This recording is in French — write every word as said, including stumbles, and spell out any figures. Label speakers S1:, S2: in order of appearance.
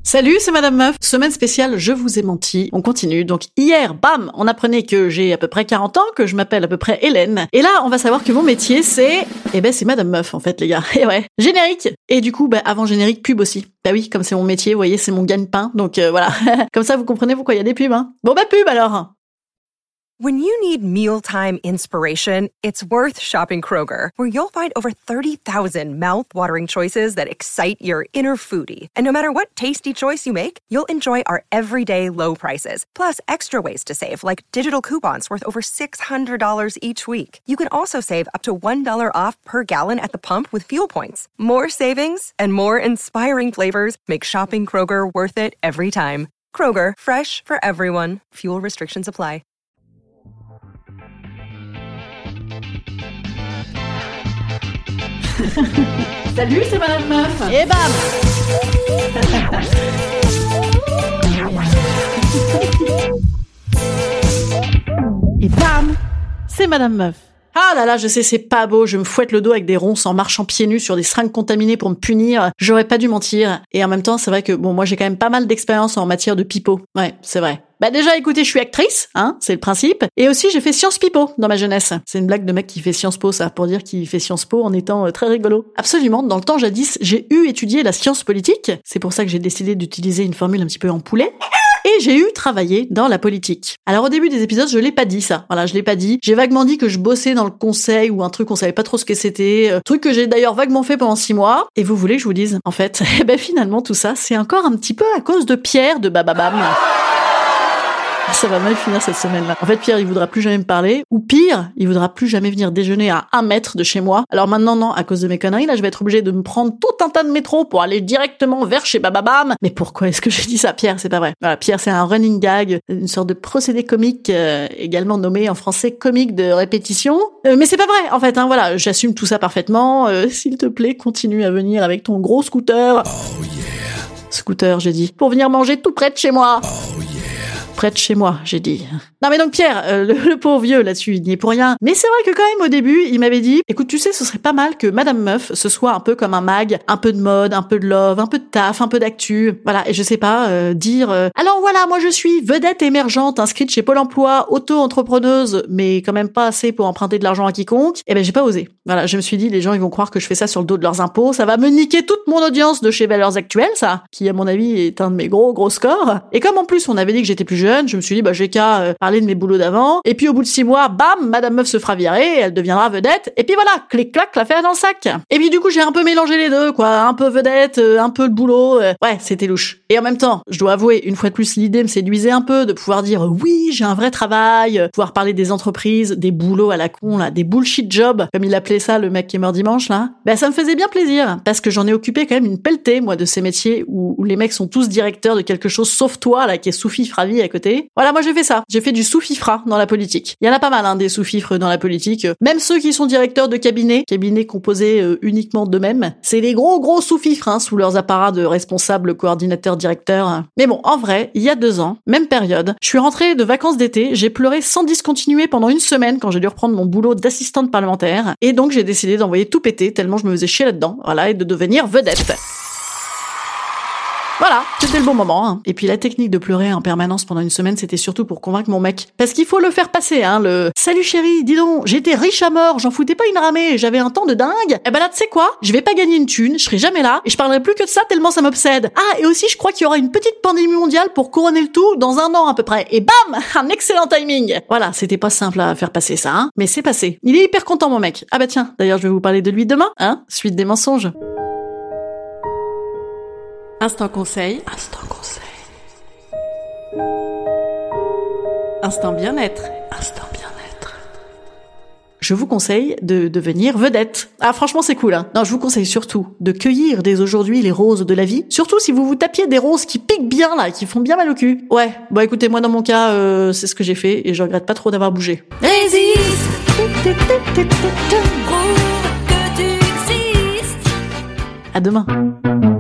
S1: Salut, c'est Madame Meuf. Semaine spéciale, je vous ai menti. On continue. Donc hier, bam, on apprenait que j'ai à peu près quarante ans, que je m'appelle à peu près Hélène. Et là, on va savoir que mon métier, c'est... Eh ben, c'est Madame Meuf, en fait, les gars. Et ouais. Générique. Et du coup, bah, avant générique, pub aussi. Bah oui, comme c'est mon métier, vous voyez, c'est mon gagne-pain. Donc euh, voilà. Comme ça, vous comprenez pourquoi il y a des pubs, hein. Bon bah, pub alors.
S2: When you need mealtime inspiration, it's worth shopping Kroger, where you'll find over thirty thousand mouth-watering choices that excite your inner foodie. And no matter what tasty choice you make, you'll enjoy our everyday low prices, plus extra ways to save, like digital coupons worth over six hundred dollars each week. You can also save up to one dollar off per gallon at the pump with fuel points. More savings and more inspiring flavors make shopping Kroger worth it every time. Kroger, fresh for everyone. Fuel restrictions apply.
S1: Salut, c'est Madame Meuf. Et bam. Et bam, c'est Madame Meuf. Ah là là, je sais, c'est pas beau, je me fouette le dos avec des ronces en marchant pieds nus sur des seringues contaminées pour me punir. J'aurais pas dû mentir. Et en même temps, c'est vrai que, bon, moi j'ai quand même pas mal d'expérience en matière de pipeau. Ouais, c'est vrai. Bah déjà, écoutez, je suis actrice, hein, c'est le principe. Et aussi, j'ai fait Sciences Pipo dans ma jeunesse. C'est une blague de mec qui fait Sciences Po, ça, pour dire qu'il fait Sciences Po en étant euh, très rigolo. Absolument, dans le temps jadis, j'ai eu étudié la science politique. C'est pour ça que j'ai décidé d'utiliser une formule un petit peu en poulet. Et j'ai eu travaillé dans la politique. Alors au début des épisodes, je l'ai pas dit ça. Voilà, je l'ai pas dit. J'ai vaguement dit que je bossais dans le conseil ou un truc on savait pas trop ce que c'était. Euh, truc que j'ai d'ailleurs vaguement fait pendant six mois. Et vous voulez que je vous dise, en fait, eh ben finalement tout ça, c'est encore un petit peu à cause de Pierre de Bababam. Ça va mal finir cette semaine-là. En fait, Pierre, il voudra plus jamais me parler. Ou pire, il voudra plus jamais venir déjeuner à un mètre de chez moi. Alors maintenant, non, à cause de mes conneries, là, je vais être obligée de me prendre tout un tas de métro pour aller directement vers chez Bababam. Mais pourquoi est-ce que j'ai dit ça, Pierre? C'est pas vrai. Voilà, Pierre, c'est un running gag, une sorte de procédé comique, euh, également nommé en français comique de répétition. Euh, mais c'est pas vrai, en fait, hein, voilà, j'assume tout ça parfaitement. Euh, s'il te plaît, continue à venir avec ton gros scooter.
S3: Oh yeah.
S1: Scooter, j'ai dit. Pour venir manger tout près de chez moi.
S3: Oh yeah.
S1: Près de chez moi, j'ai dit. Non mais donc Pierre, euh, le, le pauvre vieux là-dessus, il n'y est pour rien. Mais c'est vrai que quand même au début, il m'avait dit, écoute, tu sais, ce serait pas mal que Madame Meuf, ce soit un peu comme un mag, un peu de mode, un peu de love, un peu de taf, un peu d'actu. Voilà, et je sais pas, euh, dire, euh, alors voilà, moi je suis vedette émergente, inscrite chez Pôle emploi, auto-entrepreneuse, mais quand même pas assez pour emprunter de l'argent à quiconque. Eh ben j'ai pas osé. Voilà, je me suis dit, les gens ils vont croire que je fais ça sur le dos de leurs impôts, ça va me niquer toute mon audience de chez Valeurs Actuelles, ça, qui à mon avis est un de mes gros gros scores. Et comme en plus on avait dit que j'étais plus jeune, je me suis dit, bah j'ai qu'à euh, parler de mes boulots d'avant. Et puis au bout de six mois, bam, Madame Meuf se fera virer, elle deviendra vedette. Et puis voilà, clic-clac, l'affaire dans le sac. Et puis du coup, j'ai un peu mélangé les deux, quoi. Un peu vedette, euh, un peu le boulot. Euh, ouais, c'était louche. Et en même temps, je dois avouer, une fois de plus, l'idée me séduisait un peu de pouvoir dire, euh, oui, j'ai un vrai travail, euh, pouvoir parler des entreprises, des boulots à la con, là, des bullshit jobs, comme il appelait ça, le mec qui est mort dimanche, là. Ben, ça me faisait bien plaisir, parce que j'en ai occupé quand même une pelletée, moi, de ces métiers où, où les mecs sont tous directeurs de quelque chose, sauf toi, là, qui est sous-fifre à vie à côté. Voilà, moi, j'ai fait ça. J'ai fait du sous-fifra dans la politique. Il y en a pas mal, hein, des sous-fifres dans la politique. Même ceux qui sont directeurs de cabinet, cabinets composés euh, uniquement d'eux-mêmes, c'est des gros gros sous-fifres, hein, sous leurs apparats de responsables, coordinateurs, directeurs. Mais bon, en vrai, il y a deux ans, même période, je suis rentrée de vacances d'été, j'ai pleuré sans discontinuer pendant une semaine quand j'ai dû reprendre mon boulot d'assistante parlementaire, et donc j'ai décidé d'envoyer tout péter tellement je me faisais chier là-dedans, voilà, et de devenir vedette. Voilà, c'était le bon moment. Hein. Et puis la technique de pleurer en permanence pendant une semaine, c'était surtout pour convaincre mon mec. Parce qu'il faut le faire passer, hein, le « Salut chérie, dis donc, j'étais riche à mort, j'en foutais pas une ramée, j'avais un temps de dingue. » Eh ben là, tu sais quoi? Je vais pas gagner une thune, je serai jamais là, et je parlerai plus que de ça tellement ça m'obsède. Ah, et aussi, je crois qu'il y aura une petite pandémie mondiale pour couronner le tout dans un an à peu près. Et bam! Un excellent timing. Voilà, c'était pas simple à faire passer ça, hein, mais c'est passé. Il est hyper content, mon mec. Ah bah tiens, d'ailleurs, je vais vous parler de lui demain, hein, suite des mensonges. Instant conseil. Instant conseil. Instant bien-être. Instant bien-être. Je vous conseille de devenir vedette. Ah, franchement, c'est cool, hein. Non, je vous conseille surtout de cueillir dès aujourd'hui les roses de la vie. Surtout si vous vous tapiez des roses qui piquent bien, là, qui font bien mal au cul. Ouais. Bon, écoutez, moi, dans mon cas, euh, c'est ce que j'ai fait et je regrette pas trop d'avoir bougé.
S4: Résiste. Prouve que tu existes.
S1: À demain.